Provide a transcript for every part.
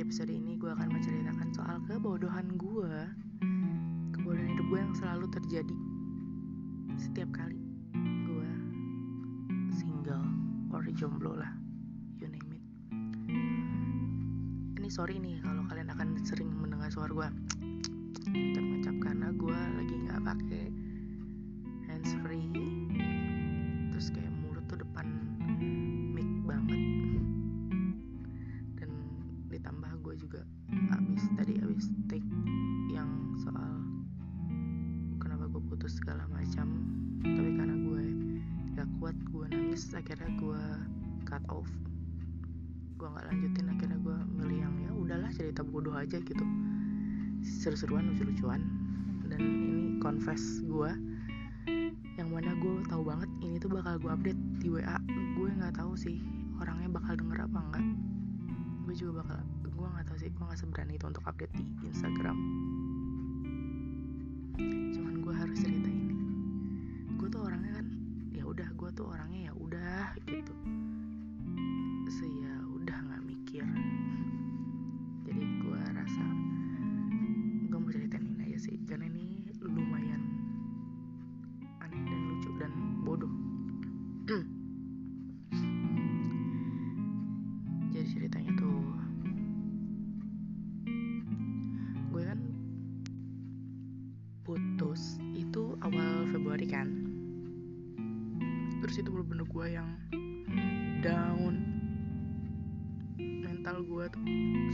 episode ini gue akan menceritakan soal kebodohan hidup gue yang selalu terjadi setiap kali gue single or jomblo lah, you name it. Ini sorry nih kalau kalian akan sering mendengar suara gue ngecap karena gue lagi nggak pakai hands free, terus kayak mulut tuh depan mic banget, dan ditambah gue juga abis take yang soal kenapa gue putus segala macam, tapi karena gue gak kuat, gue nangis, akhirnya gue cut off, gue nggak lanjutin. Akhirnya gue milih yang ya udahlah, cerita bodoh aja gitu, seru-seruan, lucu-lucuan. Dan ini confess gue yang mana gue tahu banget ini tuh bakal gue update di WA. Gue nggak tahu sih orangnya bakal denger apa enggak. Gue nggak tahu sih, gue nggak seberani itu untuk update di Instagram. Cuman gue harus cerita ini. Gue tuh orangnya kan ya udah, gue tuh orangnya ya udah gitu, ya udah nggak mikir. Jadi gue rasa gue mau ceritain ini aja sih, karena ini lumayan aneh dan lucu dan bodoh. Jadi ceritanya tuh, gue kan putus itu awal Februari kan. Terus itu bener-bener gue yang down, mental gue tuh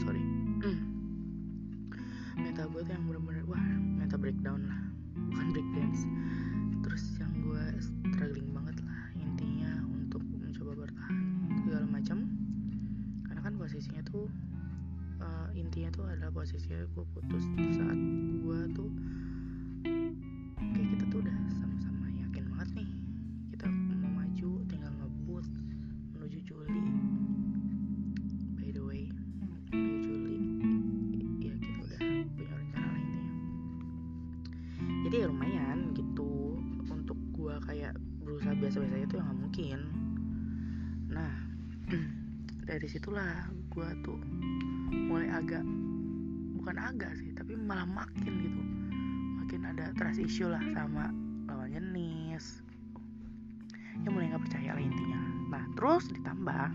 yang bener-bener mental breakdown lah, bukan breakdance. Terus yang gue struggling banget lah intinya untuk mencoba bertahan segala macam, karena kan posisinya tuh intinya tuh adalah posisinya gue putus di saat gue tuh kayak kita tuh udah sama-sama yakin banget nih kita mau maju, tinggal ngebut menuju Juli. By the way, menuju Juli ya kita udah punya rencana lah intinya. Jadi ya lumayan gitu, untuk gue kayak berusaha biasa-biasa itu ya gak mungkin. Nah dari situlah gue tuh mulai bukan agak sih, tapi malah makin ada trust issue lah sama lawan jenis. Ya mulai gak percaya lah intinya. Nah terus ditambah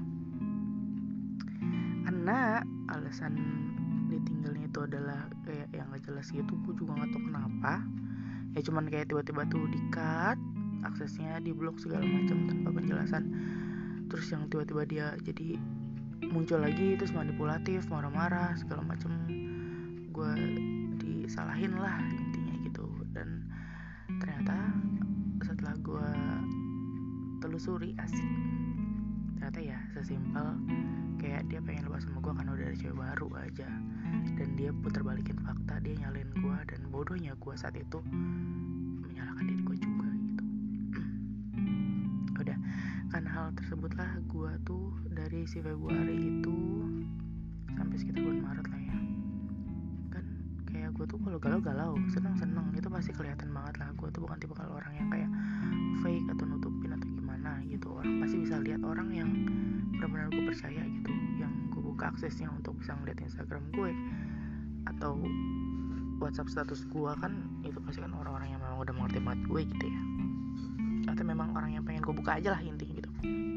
karena alasan ditinggalnya itu adalah kayak yang gak jelas gitu, gue juga gak tahu kenapa. Ya cuman kayak tiba-tiba tuh di-cut aksesnya, di-blok segala macam tanpa penjelasan. Terus yang tiba-tiba dia jadi muncul lagi, terus manipulatif, marah-marah segala macam. Gue disalahin lah intinya gitu. Dan ternyata setelah gue telusuri, ternyata ya sesimpel kayak dia pengen lepas sama gue karena udah ada cewek baru aja. Dan dia puter balikin fakta, dia nyalain gue, dan bodohnya gue saat itu menyalahkan diri gue juga gitu. Udah, karena hal tersebutlah gue tuh dari si Februari itu sampai sekitar bulan Maret lah ya, kan kayak gue tuh kalau galau seneng itu pasti kelihatan banget lah. Gue tuh bukan tipe kalau orang yang kayak fake atau nutupin atau gimana gitu. Orang pasti bisa lihat, orang yang benar-benar gue percaya gitu, yang gue buka aksesnya untuk bisa ngeliat Instagram gue atau WhatsApp status gue, kan itu pasti kan orang-orang yang memang udah mengerti banget gue gitu ya, atau memang orang yang pengen gue buka aja lah intinya gitu.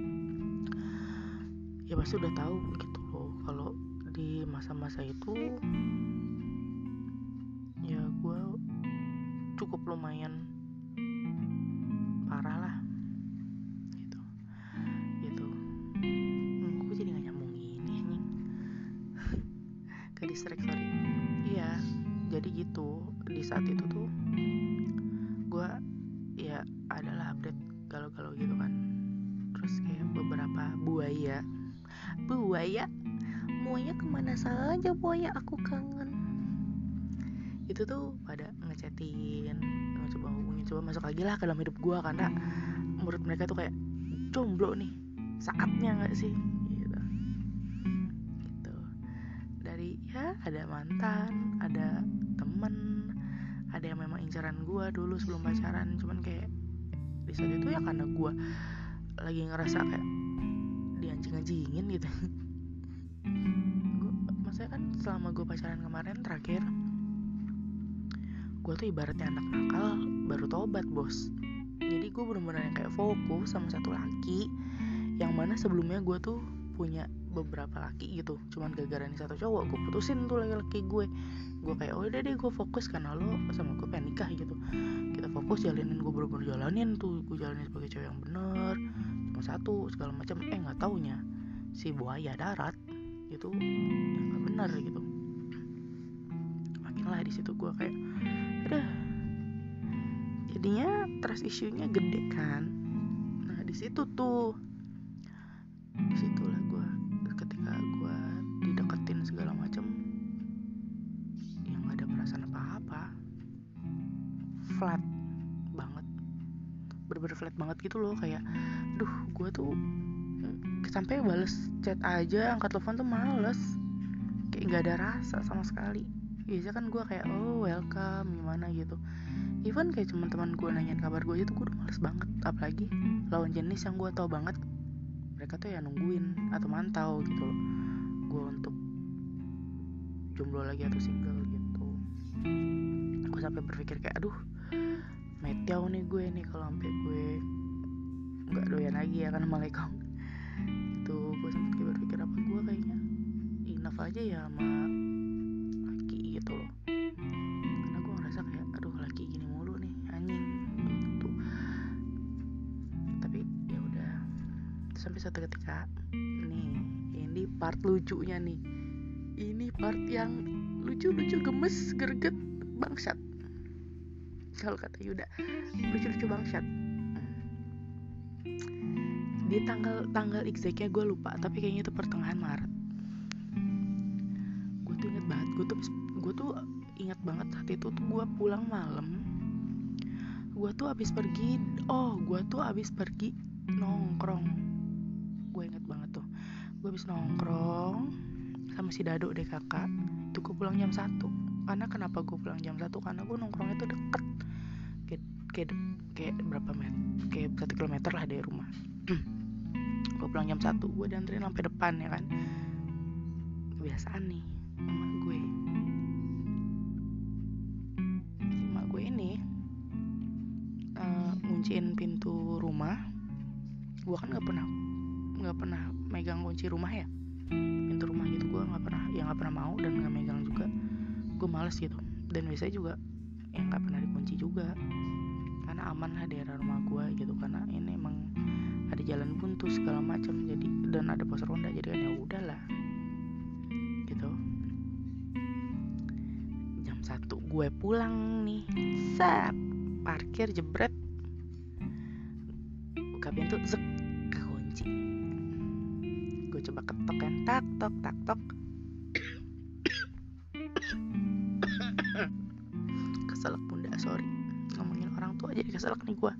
Ya pasti udah tahu gitu loh kalau di masa-masa itu ya gue cukup lumayan parah lah gitu. Gue jadi nggak nyambung ini anjing. Ke distract, sorry. Iya, jadi gitu. Di saat itu tuh gue ya adalah update galau-galau gitu kan. Terus kayak beberapa buaya kemana saja buaya, aku kangen. Itu tuh pada ngechatin, coba hubungin, coba masuk lagi lah ke dalam hidup gue, karena menurut mereka tuh kayak jomblo nih, saatnya nggak sih gitu. Dari ya ada mantan, ada temen, ada yang memang incaran gue dulu sebelum pacaran. Cuman kayak di saat itu ya karena gue lagi ngerasa kayak dianjing-anjingin gitu. Maksudnya kan selama gue pacaran kemarin terakhir, gue tuh ibaratnya anak nakal baru tobat bos. Jadi gue bener-bener yang kayak fokus sama satu laki, yang mana sebelumnya gue tuh punya beberapa laki gitu, cuman gara-gara nih satu cowok gue putusin tuh laki-laki gue kayak oh udah deh gue fokus karena lo sama gue pengen nikah gitu, kita fokus jalanin, gue bener-bener jalanin tuh, gue jalanin sebagai cowok yang bener, cuma satu segala macam, nggak taunya si buaya darat itu yang nggak benar gitu. Makin lah di situ gue kayak udah, jadinya trust issue-nya gede kan. Nah disitulah gue, ketika gue dideketin segala macam yang gak ada perasaan apa-apa, flat banget, bener-bener flat banget gitu loh, kayak duh gue tuh sampai bales chat aja, angkat telepon tuh males, kayak gak ada rasa sama sekali. Biasa kan gue kayak oh welcome gimana gitu, even kayak teman-teman gue nanyain kabar gue aja tuh gue udah males banget, apalagi lawan jenis yang gue tau banget mereka tuh ya nungguin atau mantau gitu loh gue untuk jomblo lagi atau single gitu. Gue sampai berpikir kayak aduh meteau nih gue nih kalau sampai gue nggak doyan lagi ya karena malekong itu. Gue sempat berpikir apa gue kayaknya enough aja ya sama laki gitu loh, karena gue ngerasa kayak aduh laki gini mulu nih anjing gitu. Tapi ya udah, sampai suatu ketika nih, ini part lucunya nih, ini part yang lucu-lucu, gemes, greget, bangsat kalau kata Yuda, lucu-lucu bangsat. Di tanggal exactnya gue lupa, tapi kayaknya itu pertengahan Maret. Gue tuh inget banget, gue tuh inget banget saat itu tuh gue pulang malam. Gue tuh abis pergi nongkrong. Gue inget banget tuh, gue abis nongkrong sama si Dado deh kakak. Itu gue pulang jam 1. Karena kenapa gue pulang jam 1? Karena gue nongkrongnya tuh deket, kayak berapa meter, kayak 1 kilometer lah dari rumah. Gue pulang jam 1, gue dianterin sampai depan ya kan. Kebiasaan nih emak gue ini ngunciin pintu rumah. Gue kan nggak pernah megang kunci rumah ya, pintu rumah gitu. Gue nggak pernah mau dan nggak megang juga, gue males gitu. Dan biasanya juga yang nggak pernah dikunci juga, karena aman lah daerah rumah gue gitu, karena ini emang ada jalan buntu segala macam, jadi dan ada pos ronda, jadi kan ya udahlah gitu. Jam 1 gue pulang nih, parkir jebret, buka pintu, kekunci. Gue coba ketok kan, tak tok. Keselak bunda, sorry, ngomongin orang tua jadi keselak nih gue.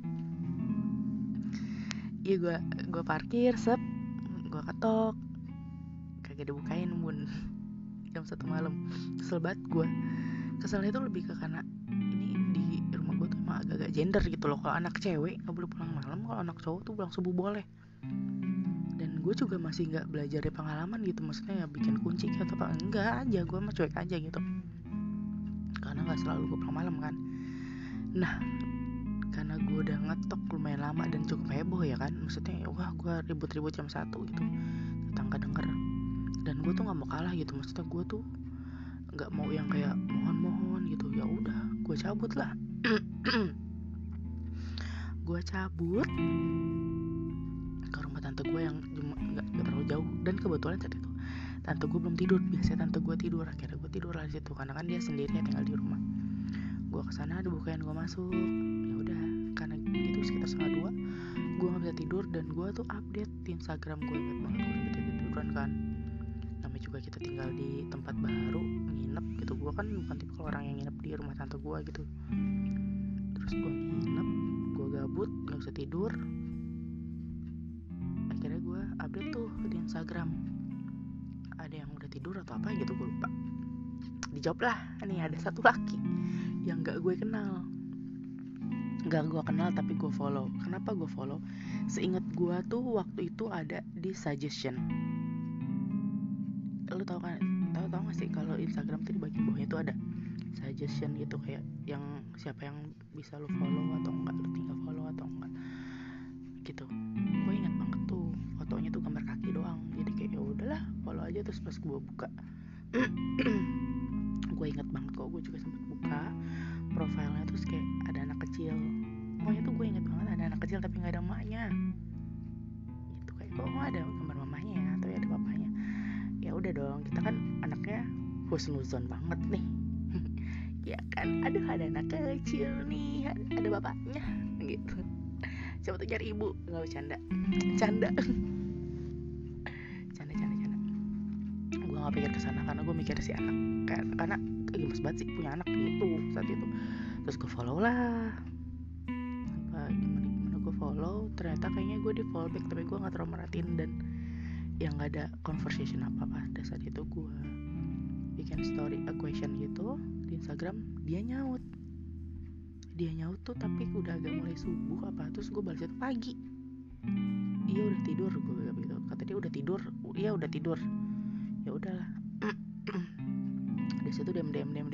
Iya gue parkir, gue ketok, kagak dibukain bun. Jam 1 malam, kesel banget gue. Keselnya itu lebih ke karena ini di rumah gue tuh emang agak-agak gender gitu loh. Kalau anak cewek nggak boleh pulang malam, kalau anak cowok tuh pulang subuh boleh. Dan gue juga masih nggak belajar dari pengalaman gitu, maksudnya ya bikin kunci atau apa enggak aja, gue mah cuek aja gitu, karena nggak selalu gue pulang malam kan. Nah karena gue udah ngetok lumayan lama dan cukup heboh ya kan, maksudnya wah gue ribut-ribut jam 1 gitu, tetangga denger. Dan gue tuh nggak mau kalah gitu, maksudnya gue tuh nggak mau yang kayak mohon gitu. Ya udah gue cabut lah. Gue cabut ke rumah tante gue yang nggak terlalu jauh, dan kebetulan saat itu tante gue belum tidur. Biasanya tante gue tidur, akhirnya gue tidur lah di situ karena kan dia sendiri ya tinggal di rumah. Gue kesana, dibukain, gue masuk. Ya udah, karena itu sekitar 1:30 gue nggak bisa tidur, dan gue tuh update di Instagram gue. Ingat banget gue sampai tiduran kan, namanya juga kita tinggal di tempat baru, nginep gitu. Gue kan bukan tipe orang yang nginep di rumah tante gue gitu. Terus gue nginep, gue gabut, nggak bisa tidur. Akhirnya gue update tuh di Instagram, ada yang udah tidur atau apa gitu, gue lupa. Dijawab lah, nih ada satu laki yang gak gue kenal tapi gue follow. Kenapa gue follow? Seingat gue tuh waktu itu ada di suggestion. Lu tau kan tahu nggak sih kalau Instagram tuh di bagian bawahnya tuh ada suggestion gitu, kayak yang siapa yang bisa lu follow atau enggak, lu tinggal follow atau enggak gitu. Gue ingat banget tuh fotonya tuh gambar kaki doang, jadi kayak ya udahlah follow aja. Terus pas gue buka gue inget banget kok, gue juga sempat buka profilnya, terus kayak ada anak kecil. Pokoknya tuh gue inget banget ada anak kecil tapi nggak ada emaknya gitu. Kayak kok ada gambar mamanya ya, atau ada papanya. Ya udah dong, kita kan anaknya husnuzon banget nih ya kan, aduh ada anak kecil nih, ada bapaknya gitu, coba tuh cari ibu. Nggak bercanda, canda gue nggak pikir kesana karena gue mikir si anak, karena gemes banget sih punya anak gitu saat itu. Terus gue follow lah, gimana gue follow, ternyata kayaknya gue di follow back tapi gue nggak terlalu merhatiin, dan yang nggak ada conversation apa pada saat itu. Gue bikin story a question gitu di Instagram, dia nyaut tuh tapi udah agak mulai subuh apa, terus gue balas itu pagi. Iya udah tidur, gue bilang gitu. Kata dia udah tidur, iya udah tidur. Ya udahlah. Di situ deman,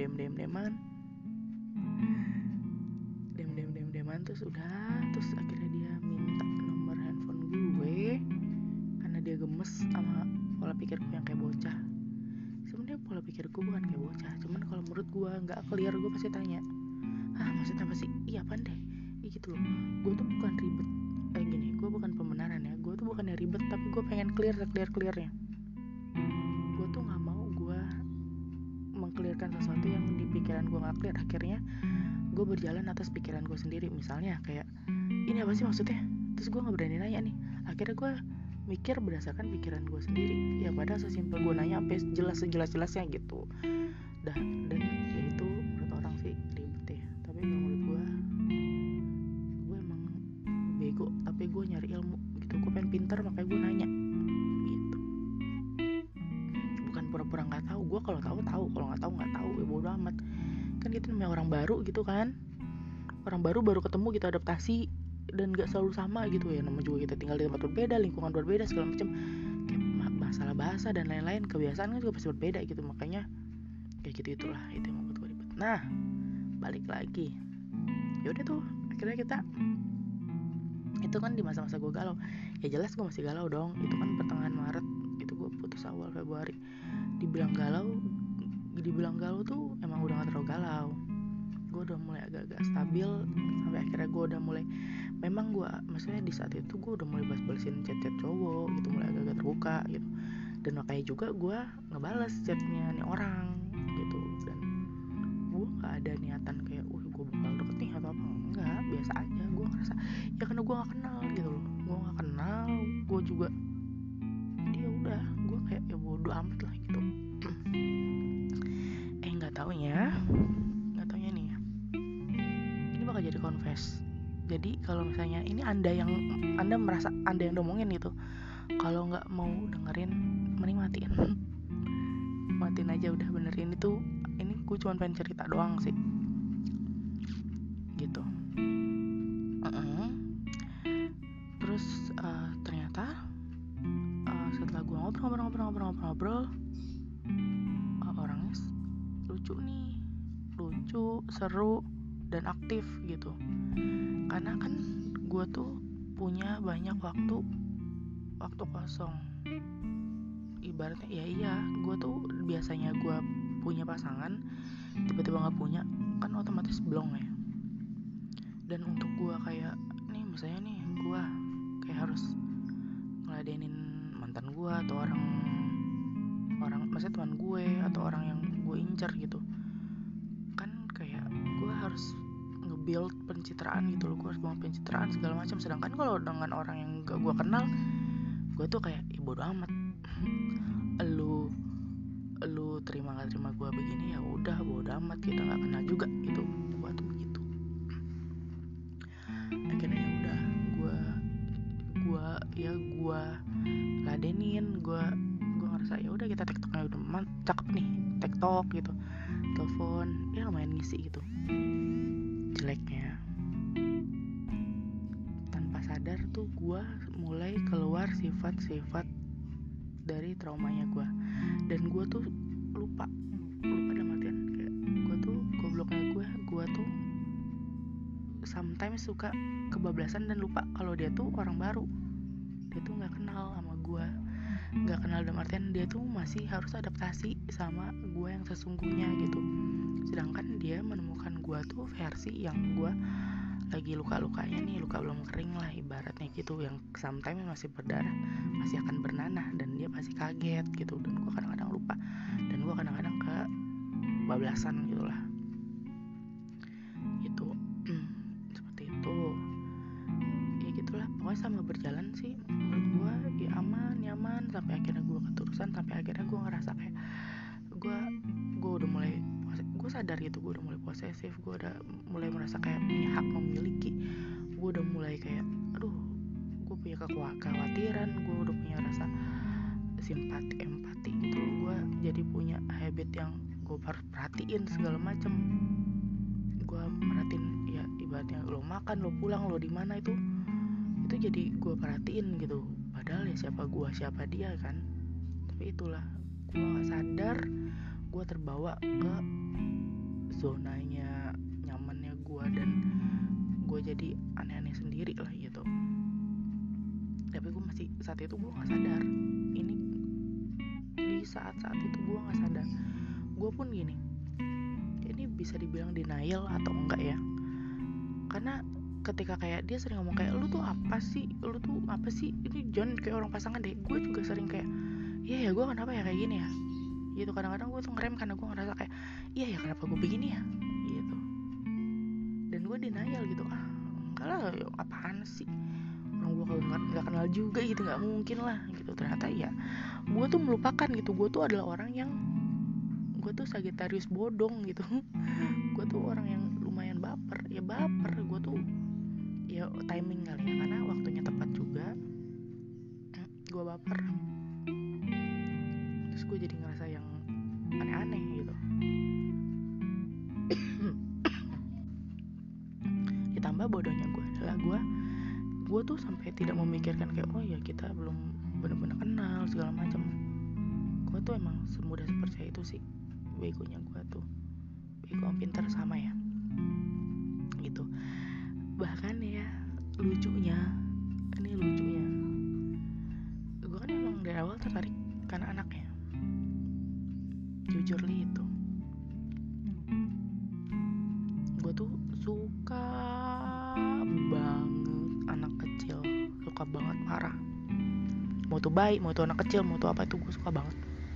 terus udah, terus akhirnya dia minta nomor handphone gue karena dia gemes sama pola pikirku yang kayak bocah. Sebenarnya pola pikirku bukan kayak bocah, cuman kalau menurut gue nggak clear, gue pasti tanya, maksudnya apa sih? Iya apaan deh? Gitu loh. Gue tuh bukan ribet gini, gue bukan pembenaran ya, gue tuh bukannya ribet, tapi gue pengen clearnya. Gue tuh nggak mau gue mengclearkan sesuatu yang di pikiran gue nggak clear. Akhirnya gue berjalan atas pikiran gue sendiri. Misalnya kayak, ini apa sih maksudnya? Terus gue nggak berani nanya nih. Akhirnya gue mikir berdasarkan pikiran gue sendiri. Ya padahal sesimpel gue nanya sampai sejelas-jelasnya gitu. Dan ya itu menurut orang sih ribet ya. Tapi kalau menurut gue emang bego. Tapi gue nyari ilmu gitu. Gue pengen pintar makanya gue nanya gitu. Bukan pura-pura nggak tahu. Gue kalau tahu, kalau nggak tahu. Ya bodo amat. Kan itu namanya orang baru gitu kan. Orang baru ketemu gitu, adaptasi, dan gak selalu sama gitu ya. Namanya juga kita tinggal di tempat berbeda, lingkungan berbeda, segala macam, kayak masalah bahasa dan lain-lain, kebiasaan kan juga pasti berbeda gitu. Makanya kayak gitu, itulah itu yang membuat gue ribet. Nah balik lagi, ya udah tuh akhirnya kita, itu kan di masa-masa gue galau. Ya jelas gue masih galau dong. Itu kan pertengahan Maret, itu gue putus awal Februari. Dibilang galau tuh emang udah gak terlalu galau. Gue udah mulai agak-agak stabil, sampai akhirnya gue udah mulai, memang gue, maksudnya di saat itu gue udah mulai balesin chat cowok gitu, mulai agak-agak terbuka gitu. Dan makanya juga gue ngebales chatnya nih orang gitu. Dan gue gak ada niatan kayak gue bakal deket nih atau apa, enggak, biasa aja. Gue ngerasa ya karena gue gak kenal gitu loh, gue juga, dia udah, gue kayak ya bodo amat lah gitu. Nggak taunya nih, ini bakal jadi confess. Jadi kalau misalnya ini anda merasa anda yang ngomongin gitu, kalau nggak mau dengerin, mending matiin aja udah. Benerin itu, ini gue cuma pengen cerita doang sih gitu. Terus ternyata setelah gue ngobrol, orangnya lucu, seru, dan aktif gitu. Karena kan gue tuh punya banyak waktu kosong. Ibaratnya iya, gue tuh biasanya gue punya pasangan, tiba-tiba nggak punya, kan otomatis blong ya. Dan untuk gue kayak nih, misalnya nih gue kayak harus ngeladenin mantan gue atau orang maksudnya teman gue atau orang yang gue incar gitu kan, kayak gue harus nge-build pencitraan gitu loh. Gue harus bangun pencitraan segala macam. Sedangkan kalau dengan orang yang gak gue kenal, gue tuh kayak bodo amat. lu terima gak terima gue begini, ya udah bodo amat, kita gak kenal juga gitu. Gue tuh begitu. Akhirnya ya udah, gue ladenin, gue ngerasa ya udah kita TikToknya udah cakep nih, TikTok gitu, telepon ya lumayan ngisi gitu. Jeleknya tanpa sadar tuh gue mulai keluar sifat-sifat dari traumanya gue. Dan gue tuh lupa dalam artian kayak gue tuh gobloknya gue tuh sometimes suka kebablasan dan lupa kalau dia tuh orang baru, dia tuh nggak kenal sama gue, nggak kenal dalam artian dia tuh masih harus adaptasi sama gue yang sesungguhnya gitu. Sedangkan dia menemukan gue tuh versi yang gue lagi luka-lukanya nih, luka belum kering lah ibaratnya gitu, yang sometimes masih berdarah, masih akan bernanah, dan dia masih kaget gitu, dan gue kadang-kadang lupa, dan gue kadang-kadang kebablasan gitu lah itu. Seperti itu ya, gitulah pokoknya. Sama berjalan sih menurut gue ya aman nyaman, sampai akhirnya gue keterusan, sampai akhirnya gue ngerasa kayak gue udah mulai, gue sadar gitu, gue udah mulai posesif, gue udah mulai merasa kayak punya hak memiliki, gue udah mulai kayak aduh, gue punya kekhawatiran, gue udah punya rasa simpati empati gitu loh. Gue jadi punya habit yang gue perhatiin segala macem, gue merhatiin ya ibaratnya lo makan, lo pulang, lo di mana itu jadi gue perhatiin gitu, padahal ya siapa gue siapa dia kan. Tapi itulah, gue nggak sadar gue terbawa ke zonanya nyamannya gue, dan gue jadi aneh-aneh sendiri lah gitu. Tapi gue masih saat itu gue nggak sadar, ini di saat-saat itu gue nggak sadar. Gue pun gini, ini bisa dibilang denial atau enggak ya, karena ketika kayak dia sering ngomong kayak lu tuh apa sih ini John kayak orang pasangan deh, gue juga sering kayak iya ya gue kenapa ya kayak gini ya gitu. Kadang-kadang gue tuh ngerem karena gue ngerasa kayak iya ya kenapa gue begini ya gitu, dan gue denial gitu, enggak lah apaan sih, orang gue kalau nggak kenal juga gitu, nggak mungkin lah gitu. Ternyata ya gue tuh melupakan gitu, gue tuh adalah orang yang, gue tuh Sagittarius bodong gitu. Gue tuh orang yang lumayan baper gue tuh ya timing kali ya, karena waktunya tepat juga gue baper, terus gue jadi ngerasa yang aneh-aneh gitu. Ditambah bodohnya gue adalah gue tuh sampai tidak memikirkan kayak oh ya kita belum benar-benar kenal segala macam. Gue tuh emang semudah seperti itu sih, begonya gue tuh, bego sama pintar sama ya gitu. Bahkan ya lucunya gue kan emang dari awal tertarik karena anaknya, jujur li itu gue tuh suka banget anak kecil, suka banget parah, mau tuh bayi, mau tuh anak kecil, mau tuh apa itu gue suka banget.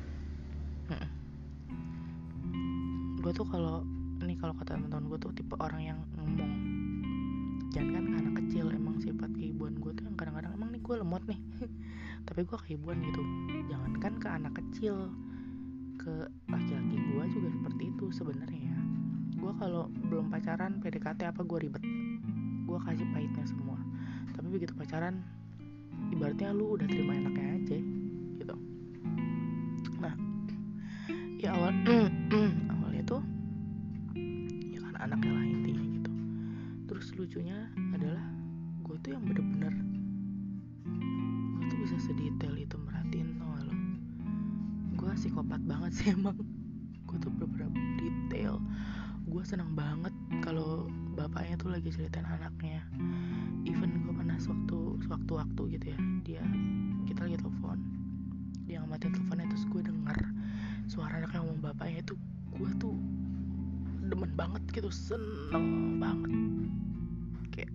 Gue tuh kalau kata teman-teman gue tuh tipe orang yang ngomong, jangan kan ke anak kecil, emang sifat keibuan gue tuh yang kadang-kadang emang nih gue lemot nih tapi gue keibuan gitu. Jangankan ke anak kecil, ke laki-laki gue juga seperti itu sebenarnya ya. Gue kalau belum pacaran PDKT apa gue ribet, gue kasih pahitnya semua. Tapi begitu pacaran ibaratnya lu udah terima enaknya aja gitu. Nah ya awalnya tuh ya kan anaknya lah intinya gitu. Terus lucunya adalah gue tuh yang bener-bener, gue tuh bisa sedetail itu merhatiin, tau gak lo, gue psikopat banget sih emang. Gue tuh bener-bener detail. Gue senang banget kalau bapaknya tuh lagi ceritain anaknya. Even gue pernah sewaktu-waktu gitu ya, kita lagi telepon, dia ngamatin teleponnya, terus gue denger suara anaknya ngomong bapaknya itu, gue tuh demen banget gitu, seneng banget, kayak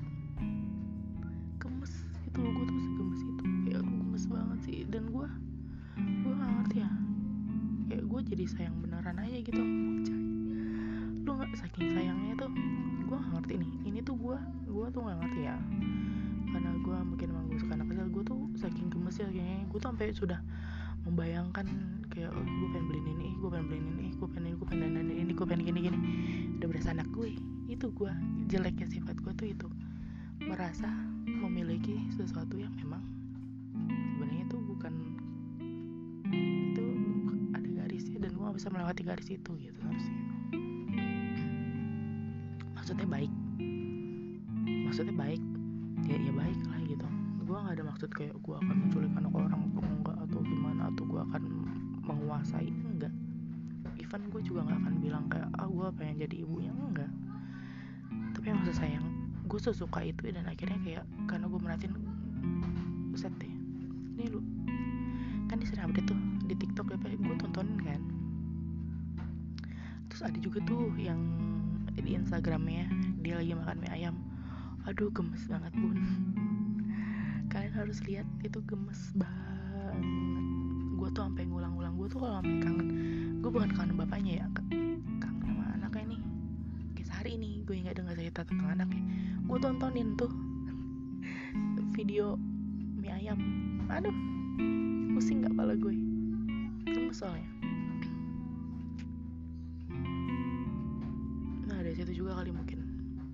gemes gitu loh. Gue tuh segemes itu, kayak gemes banget sih. Dan gue gak ngerti ya, kayak gue jadi sayang beneran aja gitu. Lu nggak, saking sayangnya tuh gue nggak ngerti nih, ini tuh gue tuh nggak ngerti ya, karena gue mungkin emang gue suka anak kecil. Gue tuh saking gemes ya kayaknya, gue tuh sampai sudah membayangkan kayak oh gue pengen beliin ini, gue pengen dandanin ini, gue pengen gini udah berasa anak gue. Itu gue jeleknya sifat gue tuh itu, merasa memiliki sesuatu yang memang sebenarnya tuh bukan, itu ada garisnya dan gue gak bisa melewati garis itu gitu harusnya. Maksudnya baik ya baik lah gitu. Gue nggak ada maksud kayak gue akan menculik anak orang atau enggak, atau gimana, atau gue akan menguasai, enggak. even gue juga nggak akan bilang kayak gue pengen jadi ibunya, enggak. Tapi yang maksud sayang, gue sesuka itu dan akhirnya kayak karena gue merhatiin, buset deh, ini lu kan dia sering update tuh di TikTok apa gue tontonin kan. Terus ada juga tuh yang di Instagramnya dia lagi makan mie ayam, aduh gemes banget bun. Kalian harus lihat, itu gemes banget. Gue tuh sampai ngulang-ulang, gue tuh kalau sampai kangen, gue bukan kangen bapaknya ya, kangen sama anaknya nih. Kayak sehari nih gue nggak dengar cerita tentang anaknya, gue tontonin tuh video mie ayam. Aduh, pusing nggak kepala gue, gemes soalnya. Nah dari situ juga kali mungkin.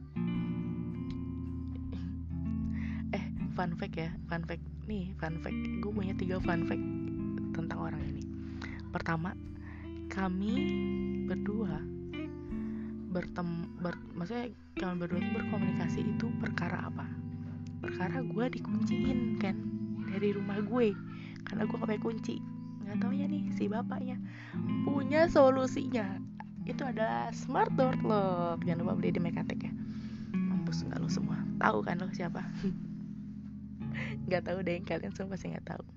Fun fact nih, gue punya 3 fun fact tentang orang ini. Pertama, kami berdua maksudnya kami berdua itu berkomunikasi itu perkara apa? Perkara gue dikunciin kan dari rumah gue karena gue gak pakai kunci. Nggak taunya nih si bapaknya punya solusinya, itu adalah smart door lock. Jangan lupa beli di Mekatek ya. Mampus nggak lo semua? Tahu kan lo siapa? Nggak tahu deh, kalian semua pasti nggak tahu.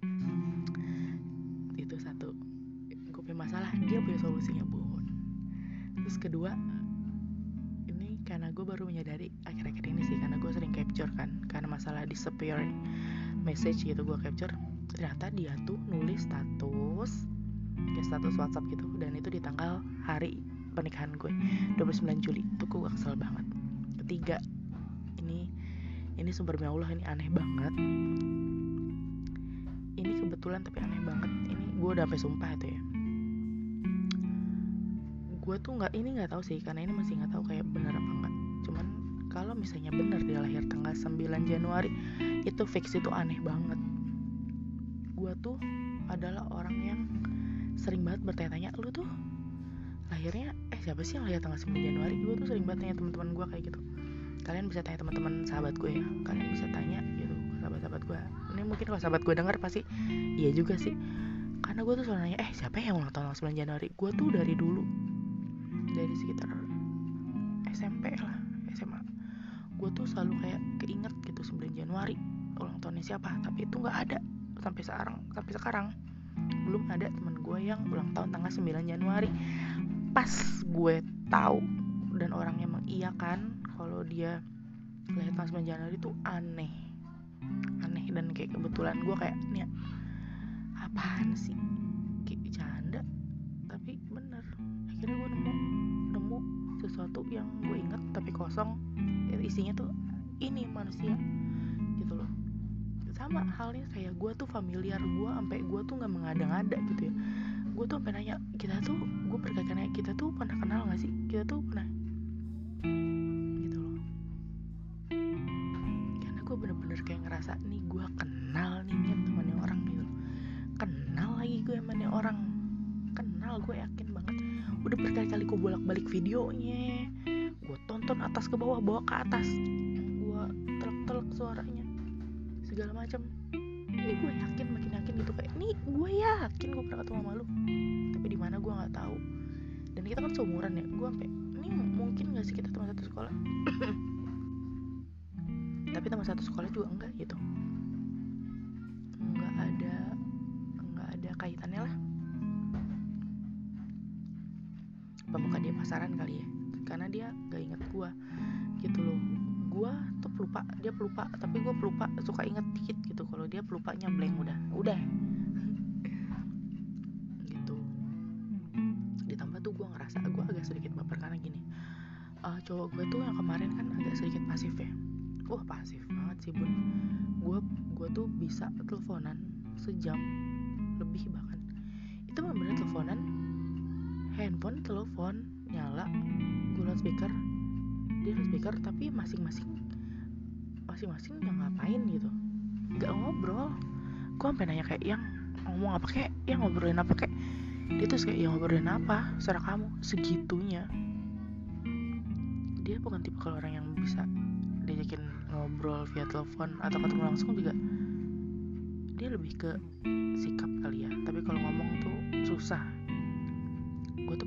Itu satu, gue punya masalah, dia punya solusinya bun. Terus kedua, ini karena gue baru menyadari akhir-akhir ini sih, karena gue sering capture kan, karena masalah disappear message gitu, gue capture. Ternyata dia tuh nulis status kayak status WhatsApp gitu, dan itu di tanggal hari pernikahan gue 29 Juli. Itu gue kesel banget. Ketiga, ini sumber Allah, ini aneh banget. Ini kebetulan tapi aneh banget. Ini gue udah sampai sumpah itu ya. Gue tuh nggak tahu sih, karena ini masih nggak tahu kayak benar apa enggak. Cuman kalau misalnya benar dia lahir tanggal 9 Januari, itu fix, itu aneh banget. Gue tuh adalah orang yang sering banget bertanya-tanya, lu tuh lahirnya siapa sih yang lahir tanggal 9 Januari? Gue tuh sering banget tanya teman-teman gue kayak gitu. Kalian bisa tanya teman-teman sahabat gue ya, kalian bisa tanya gitu sahabat-sahabat gue. Ini mungkin kalau sahabat gue dengar pasti iya juga sih, karena gue tuh selalu nanya siapa yang ulang tahun 9 Januari. Gue tuh dari dulu, dari sekitar SMP lah, SMA, gue tuh selalu kayak keinget gitu 9 Januari ulang tahunnya siapa, tapi itu nggak ada sampai sekarang belum ada teman gue yang ulang tahun tanggal 9 Januari. Pas gue tahu dan orangnya mengiyakan kalau dia lahir tanggal 9 Januari itu aneh, dan kayak kebetulan gue kayak nih apaan sih, kayak canda tapi bener. Akhirnya gue nemu sesuatu yang gue inget tapi kosong, isinya tuh ini manusia gitu loh. Sama halnya kayak gue tuh familiar, gue sampai gue tuh nggak mengada-ngada gitu ya. Gue tuh sampai nanya, gue berkali-kali kita tuh pernah kenal nggak sih, kita tuh pernah gitu loh. Karena gue bener-bener kayak ngerasa nih gue kenal nih temannya orang gitu, kenal lagi gue temannya orang, kenal, gue yakin banget. Udah berkali-kali gue bolak-balik videonya, gue tonton atas ke bawah, bawah ke atas, gue telek-telek suaranya segala macam. Ini gue yakin, makin yakin gitu, kayak nih gue yakin gue pernah ketemu sama lu, tapi di mana gue nggak tahu. Dan kita kan seumuran ya, gue sampai ini mungkin nggak sih kita teman satu sekolah tapi teman satu sekolah juga enggak gitu, nggak ada kaitannya lah. Pemuka dia pasaran kali ya, karena dia nggak inget gue gitu loh. Gue tuh pelupa, dia pelupa, tapi gue pelupa suka inget dikit gitu. Kalau dia pelupanya blank udah gitu. Ditambah tuh gue ngerasa gue agak sedikit baper karena gini, cowok gue tuh yang kemarin kan agak sedikit pasif ya. Pasif banget sih bun. Gue tuh bisa teleponan sejam lebih bahkan. Itu bener-bener teleponan, handphone telepon nyala, gue loudspeaker, dia loudspeaker, tapi masing-masing yang ngapain gitu, nggak ngobrol. Gue sampai nanya kayak, yang ngomong apa kayak, yang ngobrolin apa kayak, dia tuh kayak, yang ngobrolin apa, serah kamu. Segitunya dia bukan tipe kalau orang yang bisa diajakin ngobrol via telepon atau ketemu langsung juga. Dia lebih ke sikap kali ya, tapi kalau ngomong tuh susah. Gue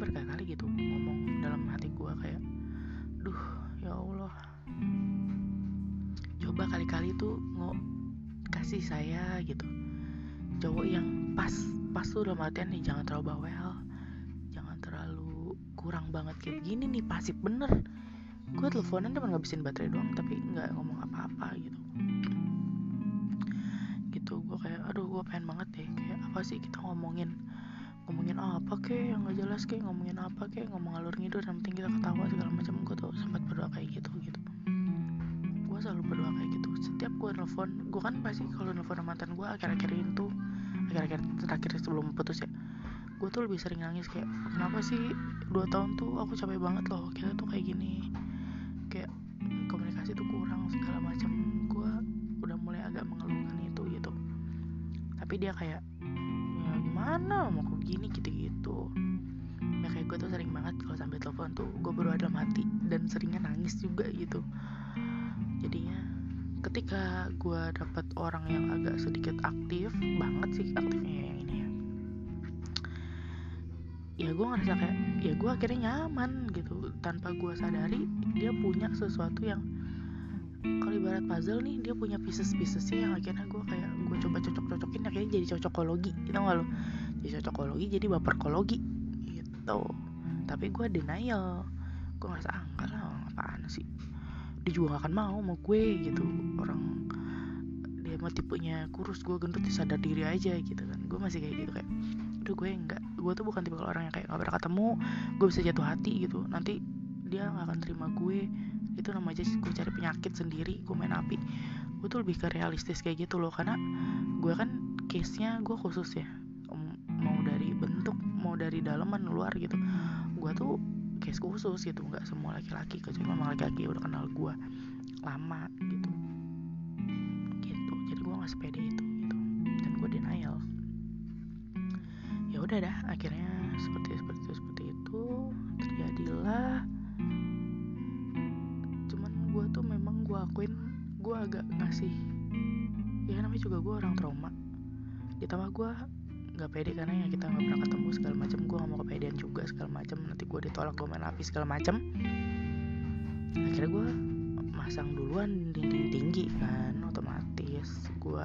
sih saya gitu, cowok yang pas tuh dalam artian nih, jangan terlalu bawel, jangan terlalu kurang banget kayak gini nih, pasif bener. Gue teleponan cuma ngabisin baterai doang tapi nggak ngomong apa-apa gitu. Gue kayak aduh, gue pengen banget deh kayak apa sih kita ngomongin apa kek yang nggak jelas, kayak ngomongin apa kek, ngomong alur ngidul, yang penting kita ketawa segala macam. Gue tuh sempat berdoa kayak gitu. Gue selalu berdoa kayak gitu setiap gue nelfon. Gue kan pasti kalau nelfon mantan gue akhir-akhir terakhir sebelum putus ya, gue tuh lebih sering nangis kayak kenapa sih 2 tahun tuh aku capek banget loh, kita tuh kayak gini, kayak komunikasi tuh kurang segala macam. Gue udah mulai agak mengeluhkan itu gitu, tapi dia kayak ya gimana mau kok gini gitu. Ya kayak gue tuh sering banget kalau sampai telepon tuh gue berdoa dalam hati dan seringnya nangis juga gitu. Jadinya ketika gue dapet orang yang agak sedikit aktif banget sih, aktifnya yang ini ya gue ngerasa kayak ya gue akhirnya nyaman gitu. Tanpa gue sadari dia punya sesuatu yang, kalau ibarat puzzle nih, dia punya pieces-piecesnya yang akhirnya gue coba cocok-cocokin, akhirnya jadi cocokologi gitu nggak lo, jadi cocokologi, jadi baperkologi gitu. Tapi gue denial, gue ngerasa enggak lah, apaan sih, dia juga gak akan mau sama gue gitu. Orang dia mah tipenya kurus, gue gendut, sadar diri aja gitu kan. Gue masih kayak gitu, kayak aduh gue enggak, gue tuh bukan tipe orang yang kayak gak pernah ketemu gue bisa jatuh hati gitu, nanti dia gak akan terima gue, itu namanya gue cari penyakit sendiri, gue main api. Gue tuh lebih ke realistis kayak gitu loh, karena gue kan case nya gue khusus ya, mau dari bentuk, mau dari dalaman luar gitu. Gue tuh case khusus gitu, nggak semua laki-laki, kecuali memang laki-laki udah kenal gue lama gitu. Jadi gue nggak sepede itu gitu, dan gue denial. Ya udah dah, akhirnya seperti itu terjadilah. Cuman gue tuh memang gue akuin gue agak ngasih, ya namanya juga gue orang trauma, ditambah gue nggak pede karena ya kita nggak pernah ketemu segala macam. Gue nggak mau kepedean juga segala macam, nanti gue ditolak, gue main api segala macam. Akhirnya gue masang duluan dinding tinggi kan, otomatis gue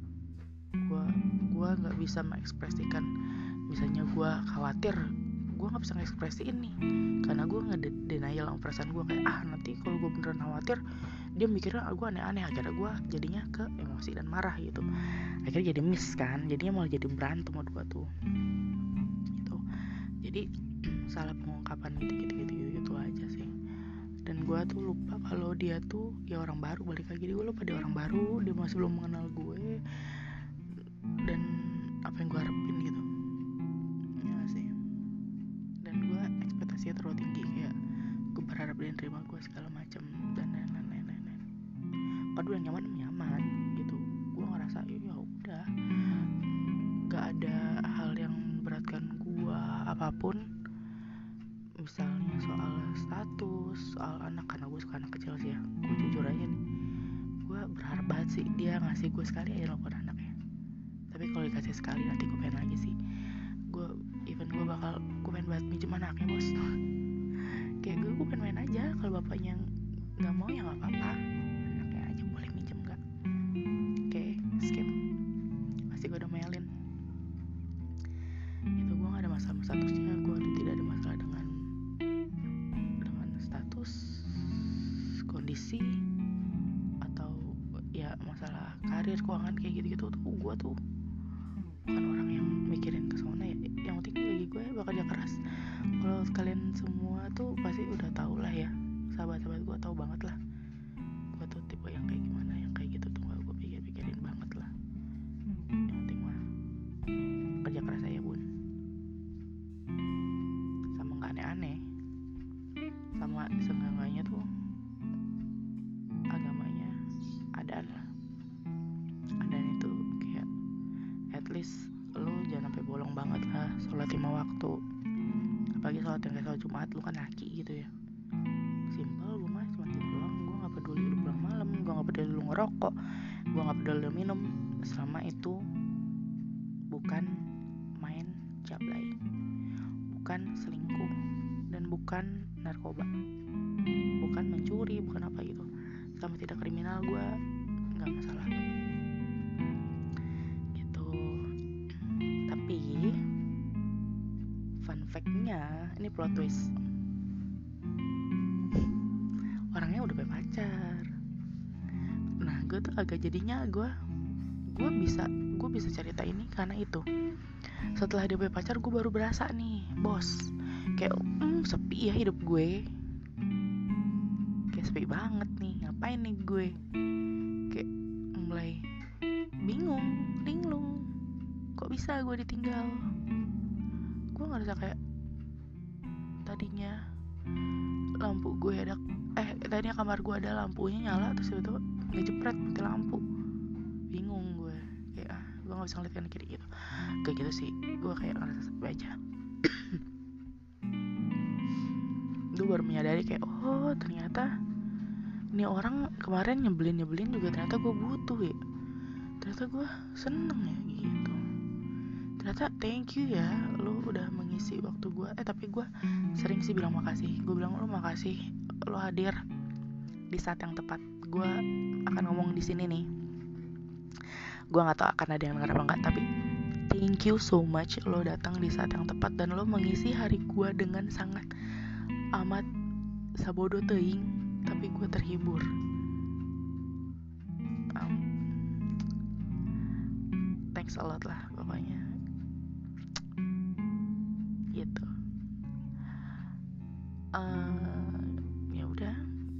nggak bisa mengekspresikan. Misalnya gue khawatir, gue nggak bisa ngekspresiin nih karena gue nge-denial sama perasaan gue, kayak nanti kalau gue beneran khawatir dia mikirnya gue aneh-aneh. Akhirnya gue jadinya ke emosi dan marah gitu, akhirnya jadi miss kan, jadinya malah jadi berantem sama gue tuh gitu. Jadi salah pengungkapan gitu aja sih. Dan gue tuh lupa kalau dia tuh ya orang baru, balik lagi gue lupa dia orang baru, dia masih belum mengenal gue dan apa yang gue harapin gitu ya sih. Dan gue ekspektasinya terlalu tinggi, kayak gue berharap dia nerima gue segala macam dan lain-lain. Padahal udah nyaman gitu. Gue ngerasa ya udah, gak ada hal yang memberatkan gue apapun, misalnya soal status, soal anak, karena gue suka anak kecil sih ya. Gue jujur aja nih, gue berharap banget sih dia ngasih gue sekali aja nelfon anaknya. Tapi kalau dikasih sekali nanti gue pengen lagi sih. Gue pengen banget minjem anaknya bos. Kayak gue pengen main aja, kalau bapaknya nggak mau ya nggak apa-apa, anaknya aja boleh minjem nggak? Oke, skip. Pasti gue udah mailin. Itu gue nggak ada masalah statusnya, gue tidak ada masalah dengan status, kondisi, atau ya masalah karir, keuangan kayak gitu-gitu tuh. Gue tuh bukan orang yang mikirin ke sana ya. Yang penting bagi gue bekerja keras. Kalau kalian semua tuh pasti udah tahu lah ya, sahabat-sahabat gue tahu banget lah gue tuh tipe yang kayak gimana. Yang kayak gitu tuh gak gue pikirin banget lah. Yang penting mah kerja keras aja bun, sama gak aneh-aneh, sama seenggaknya tuh agamanya adaan lah. Adaan itu kayak at least lu jangan sampai bolong banget lah, sholat 5 waktu, apalagi sholat yang kayak sholat Jumat. Lu kan laki gitu ya, simple. Gue mah cuma gitu doang. Gue gak peduli lu pulang malam, gue gak peduli lu ngerokok, gue gak peduli lu minum, selama itu bukan main jablay, bukan selingkuh, dan bukan narkoba, bukan mencuri, bukan apa gitu. Selama tidak kriminal gue gak masalah. fun fact-nya, ini plot twist, orangnya udah punya pacar. Nah gue tuh agak jadinya gue bisa cerita ini karena itu, setelah dia punya pacar gue baru berasa nih bos, kayak sepi ya hidup gue, kayak sepi banget nih, ngapain nih gue, kayak mulai bingung, linglung, kok bisa gue ditinggal. Gue ngerasa kayak tadinya lampu gue ada, tadinya kamar gue ada lampunya nyala, terus tiba-tiba ngejepret mati lampu, bingung gue, kayak gue nggak bisa ngeliat kanan kiri gitu, kayak gitu sih, gue kayak ngerasa sepi aja. Gue baru menyadari kayak oh ternyata ini orang kemarin nyebelin juga ternyata gue butuh ya, ternyata gue seneng ya gitu, ternyata thank you ya lo udah mengisi waktu gue. Tapi gue sering sih bilang makasih, gue bilang lo makasih lo hadir di saat yang tepat. Gue akan ngomong di sini nih, gue nggak tahu akan ada yang denger apa enggak, tapi thank you so much, lo datang di saat yang tepat dan lo mengisi hari gue dengan sangat amat sabodo teuing, tapi gue terhibur. Thanks a lot lah pokoknya gitu. Ya udah,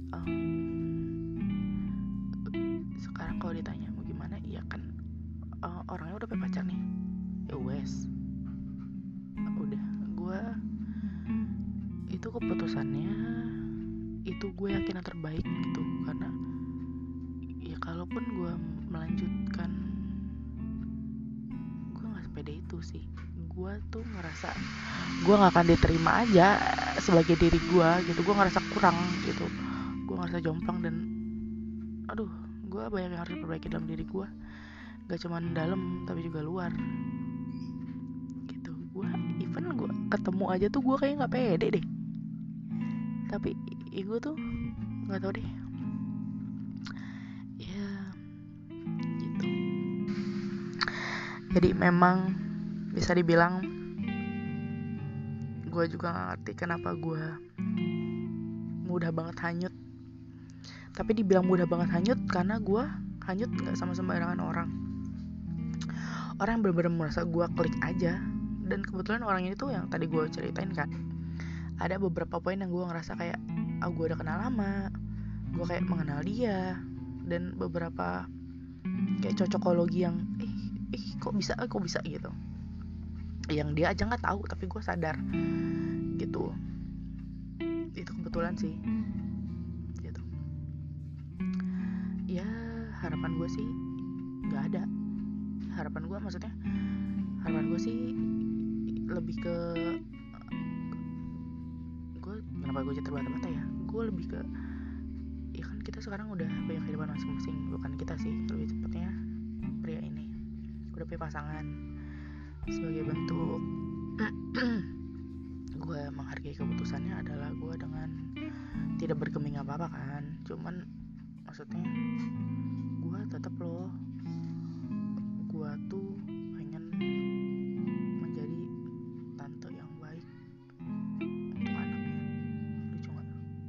sekarang kalau ditanya mau gimana, iya kan orangnya udah punya pacar nih, ya wes, udah, gue itu keputusannya, itu gue yakin yang terbaik gitu, karena ya kalaupun gue melanjutkan, gue nggak sepede itu sih, gue tuh ngerasa gue nggak akan diterima aja sebagai diri gue gitu, gue ngerasa kurang gitu, gue ngerasa jomplang dan aduh, gue banyak yang harus diperbaiki dalam diri gue, gak cuma dalam tapi juga luar gitu. Gue even gue ketemu aja tuh gue kayak nggak pede deh, tapi gue tuh nggak tahu deh ya gitu. Jadi memang bisa dibilang gue juga nggak ngerti kenapa gue mudah banget hanyut, tapi dibilang mudah banget hanyut karena gue hanyut nggak sama sembarangan orang yang benar-benar merasa gue klik aja. Dan kebetulan orang ini tuh yang tadi gue ceritain kan, ada beberapa poin yang gue ngerasa kayak gue udah kenal lama, gue kayak mengenal dia, dan beberapa kayak cocokologi yang kok bisa gitu, yang dia aja nggak tahu tapi gue sadar gitu. Itu kebetulan sih gitu. Ya harapan gue sih nggak ada, harapan gue sih lebih ke gue, kenapa gue jadi terbata-bata ya, gue lebih ke ya kan kita sekarang udah punya kehidupan masing-masing, bukan kita sih, lebih cepatnya pria ini udah punya pasangan. Sebagai bentuk gue menghargai keputusannya adalah gue dengan tidak bergeming apa-apa kan, cuman maksudnya gue tetap loh, gue tuh pengen menjadi tante yang baik untuk anaknya. Lucu gak?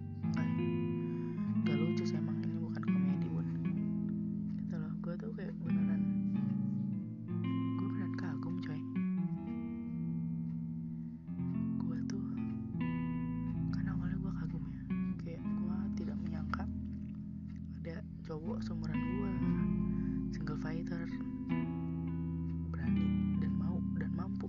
Gak lucu sih, emang ini bukan komedi bun gitu loh. Gue tuh kayak beneran kagum coy. Gue tuh kan awalnya gue kagum ya, kayak gue tidak menyangka ada cowok seumuran gue, single fighter, berani dan mau dan mampu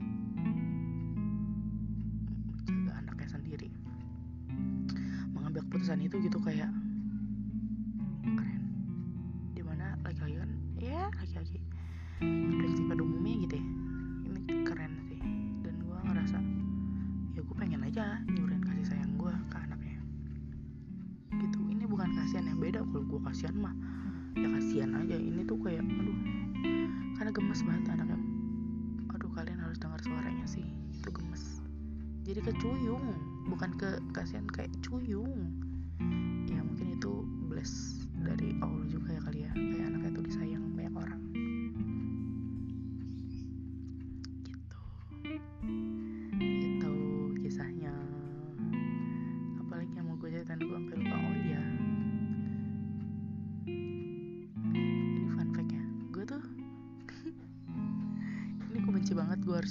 menjaga anaknya sendiri, mengambil keputusan itu gitu, kayak keren. Dimana laki-laki kan ya laki-laki refleksi pada umumnya gitu ya, ini keren sih. Dan gue ngerasa ya gue pengen aja nyuruhin kasih sayang gue ke anaknya gitu. Ini bukan kasihan yang beda, kalau gue kasihan mah ya kasihan aja, ini tuh kayak aduh, karena gemes banget anaknya. Aduh, kalian harus dengar suaranya sih, itu gemes, jadi kecuyung, bukan ke kasihan, kayak cuyung ya. Mungkin itu bless dari Allah juga ya kali ya, kayak anaknya tuh disayang banyak orang gitu.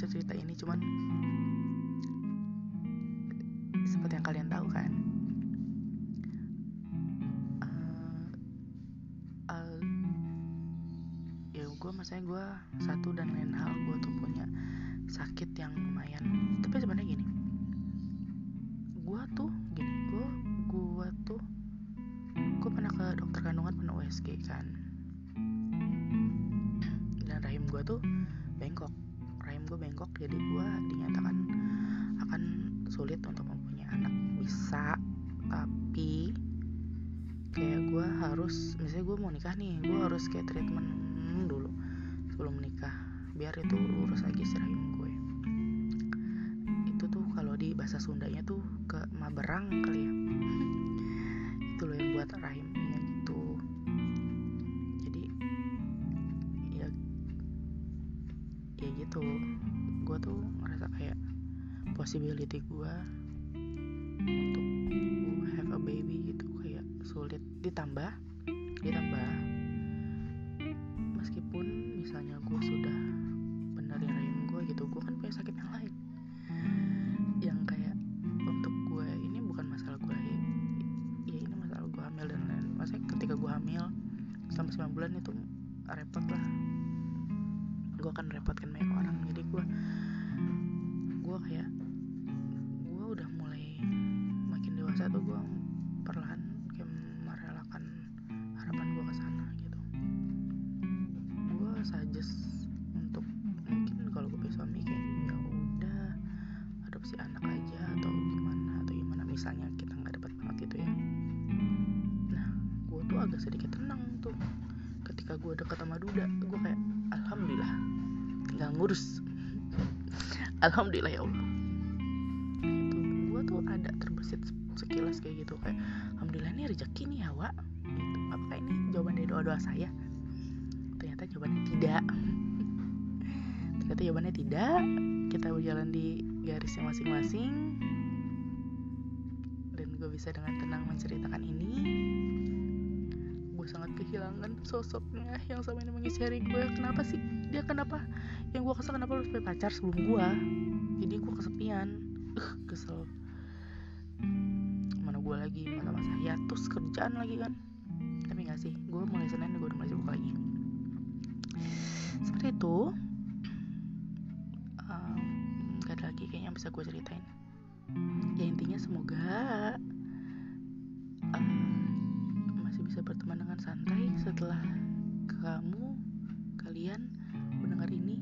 bisa cerita ini, cuman seperti yang kalian tahu kan, ya gue maksudnya gue satu dan lain hal, gue tuh punya sakit yang lumayan. Tapi sebenarnya gini, gue pernah ke dokter kandungan, pernah USG kan, dan rahim gue tuh bengkok. Jadi gue dinyatakan akan sulit untuk mempunyai anak. Bisa, tapi kayak gue harus, misalnya gue mau nikah nih, gue harus kayak treatment dulu sebelum menikah, biar itu lurus lagi si rahim gue. Itu tuh kalau di bahasa Sundanya tuh ke maberang kali ya. Itu loh yang buat rahimnya gitu. Jadi ya gitu, gue tuh ngerasa kayak possibility gue untuk have a baby gitu kayak sulit. Ditambah meskipun misalnya gue sudah benerin rahim gue gitu, gue kan punya sakit yang lain yang kayak untuk gue ini bukan masalah gue ya ini masalah gue hamil dan lain. Maksudnya ketika gue hamil selama 9 bulan itu repot lah, gue akan merepotkan banyak orang. Jadi gue kayak gue udah mulai makin dewasa tuh, gue perlahan kayak merelakan harapan gue ke sana gitu. Gue suggest untuk mungkin kalau gue punya suami kayak ya udah adopsi anak aja atau gimana misalnya kita nggak dapat banget gitu ya. Nah gue tuh agak sedikit tenang tuh ketika gue deket sama Duda. Gue kayak alhamdulillah tinggal ngurus. Alhamdulillah ya Allah gitu. Gue tuh ada terbesit sekilas kayak gitu, kayak alhamdulillah ini rezeki nih ya Wak gitu. Apakah ini jawaban dari doa-doa saya? Ternyata jawabannya tidak. Kita berjalan di garisnya masing-masing, dan gue bisa dengan tenang menceritakan ini. Gue sangat kehilangan sosoknya yang sama ini mengisi hari gue. Kenapa sih dia, kenapa yang gue kesel, kenapa lu punya pacar sebelum gue? Jadi gue kesepian, kesel. Mana gue lagi masa-masa hiatus kerjaan lagi kan. Tapi nggak sih, gue mulai Senin gue udah mulai sibuk lagi. Seperti itu. Gak ada lagi kayaknya yang bisa gue ceritain. Ya intinya semoga masih bisa berteman dengan santai setelah kalian mendengar ini.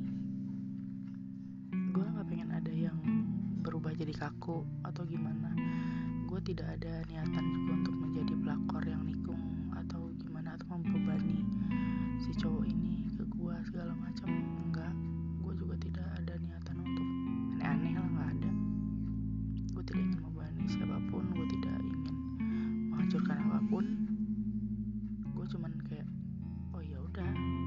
Gue gak pengen ada yang berubah jadi kaku atau gimana. Gue tidak ada niatan juga untuk menjadi pelakor yang nikung atau gimana, atau membebani si cowok ini ke gue segala macam. Enggak, gue juga tidak ada niatan untuk aneh-aneh lah, gak ada. Gue tidak ingin membebani siapapun, gue tidak ingin menghancurkan apapun. Gue cuman kayak oh ya udah,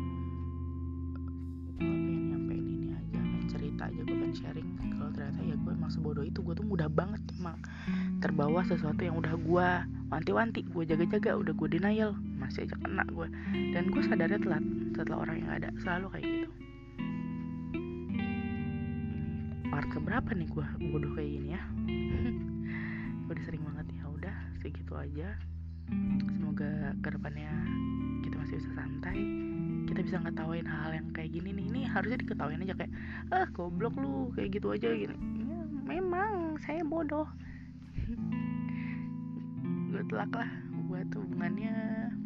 gue pengen nyampein ini aja, pengen cerita aja, gue pengen sharing. Kalau ternyata ya gue emang sebodoh itu, gue tuh mudah banget emang terbawa sesuatu yang udah gue wanti-wanti, gue jaga-jaga, udah gue denial, masih aja kena gue. Dan gue sadarnya telat, setelah orang yang ada, selalu kayak gitu. Part keberapa nih gue bodoh kayak gini ya? Udah sering banget. Ya udah segitu aja. Semoga kedepannya kita masih bisa santai, kita bisa ngetawain hal yang kayak gini nih. Ini harusnya diketawain aja kayak goblok lu kayak gitu aja gini. Ya, memang saya bodoh. Good luck lah buat hubungannya.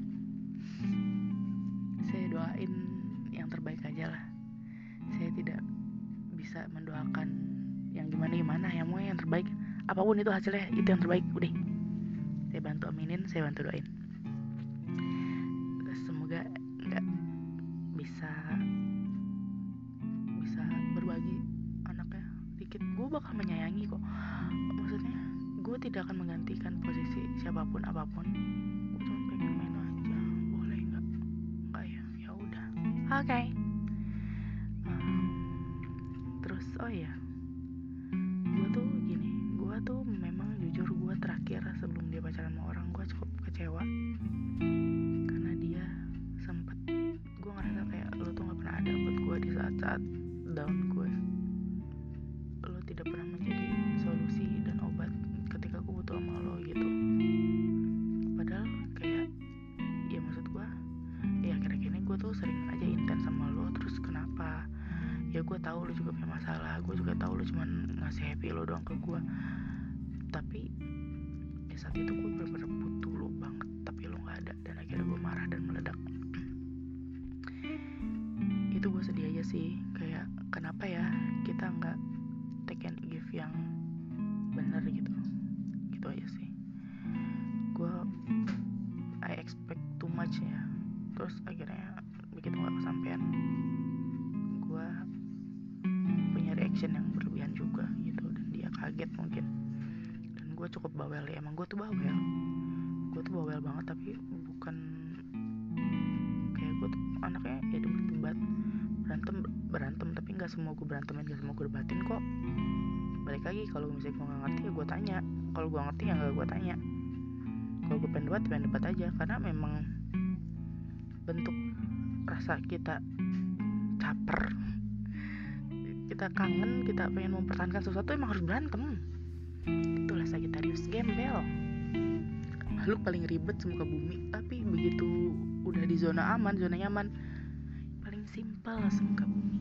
Saya doain yang terbaik aja lah. Saya tidak bisa mendoakan yang gimana, yang mau yang terbaik. Apapun itu hasilnya, itu yang terbaik. Udah, saya bantu aminin, saya bantu doain. Semoga nggak bisa berbagi anaknya dikit. Gue bakal menyayangi kok. Maksudnya gue tidak akan menggantikan posisi siapapun apapun. Gue cuma pengen main aja. Boleh nggak ya? Ya udah. Oke. Terus oh ya, gue tuh memang jujur, gue terakhir sebelum dia pacaran sama orang, gue cukup kecewa karena dia sempet, gue ngerasa kayak lo tuh nggak pernah ada buat gue di saat-saat down gue. gue tahu lu juga punya masalah, gue juga tahu lu cuman ngasih happy lo doang ke gue, tapi di saat itu gue bener-bener butuh lu banget, tapi lu nggak ada, dan akhirnya gue marah dan meledak. Itu gue sedih aja sih, kayak kenapa ya kita nggak take and give yang bener gitu aja sih. Gue I expect too much ya, terus akhirnya begitu nggak kesampean, gue punya reaction yang berlebihan juga gitu, dan dia kaget mungkin. Dan gue cukup bawel ya, emang gue tuh bawel banget, tapi bukan kayak gue tuh anaknya ya debat, berantem, tapi nggak semua gue berantemin, nggak semua gue debatin kok. Balik lagi, kalau misalnya gue nggak ngerti ya gue tanya, kalau gue ngerti ya nggak gue tanya. Kalau gue pengen debat aja, karena memang bentuk rasa kita caper, kita kangen, kita pengen mempertahankan sesuatu, emang harus berantem. Itulah Sagittarius, gembel. Makhluk paling ribet semuka bumi, tapi begitu udah di zona aman, zona nyaman, paling simpel semuka bumi.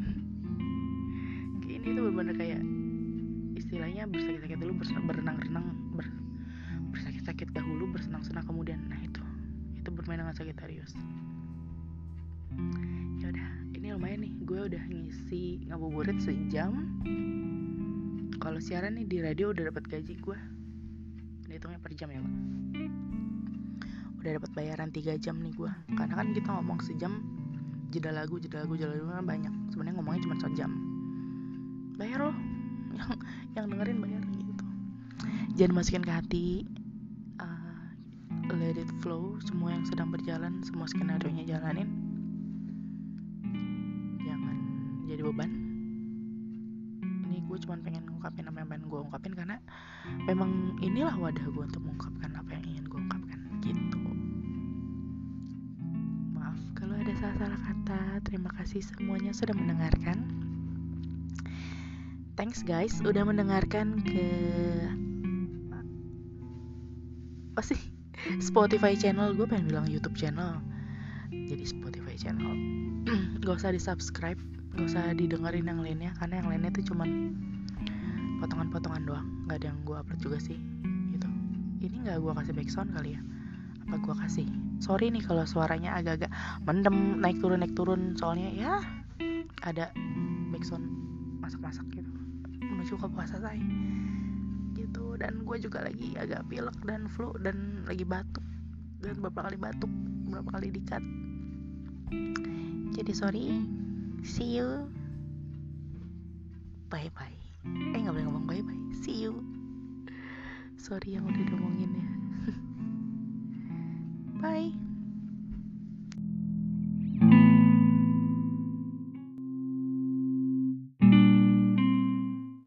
Ini tuh bener-bener kayak istilahnya bersakit-sakit dulu, berenang-renang, bersakit-sakit dahulu, bersenang-senang kemudian. Nah itu bermain dengan Sagittarius. Ya udah, ini lumayan nih, gue udah ngisi ngabuburit sejam. Kalau siaran nih di radio udah dapat gaji gue, hitungnya per jam ya Pak. Udah dapat bayaran 3 jam nih gue, karena kan kita ngomong sejam, jeda lagu kan banyak. Sebenarnya ngomongnya cuma sejam. Bayar loh, yang dengerin bayar gitu. Jangan masukin ke hati, let it flow. Semua yang sedang berjalan, semua skenario nya jalanin, jangan jadi beban. Ini gue cuma pengen ngungkapin apa yang pengen gue ungkapin, karena memang inilah wadah gue untuk mengungkapkan apa yang ingin gue ungkapkan gitu. Maaf kalau ada salah kata. Terima kasih semuanya sudah mendengarkan. Thanks guys udah mendengarkan ke apa sih, Spotify channel. Gue pengen bilang YouTube channel, jadi Spotify channel. Gak usah di subscribe, gak usah didengerin yang lainnya, karena yang lainnya tuh cuman potongan-potongan doang, gak ada yang gue upload juga sih gitu. Ini gak gue kasih backsound kali ya, apa gue kasih? Sorry nih kalau suaranya agak-agak mendem, naik turun, soalnya ya ada backsound masak-masak gitu menuju ke puasa saya gitu. Dan gue juga lagi agak pilek dan flu, dan lagi batuk, dan beberapa kali di-cut. Jadi sorry, see you, bye bye. Gak boleh ngomong bye bye, see you. Sorry yang udah ngomongin ya. Bye.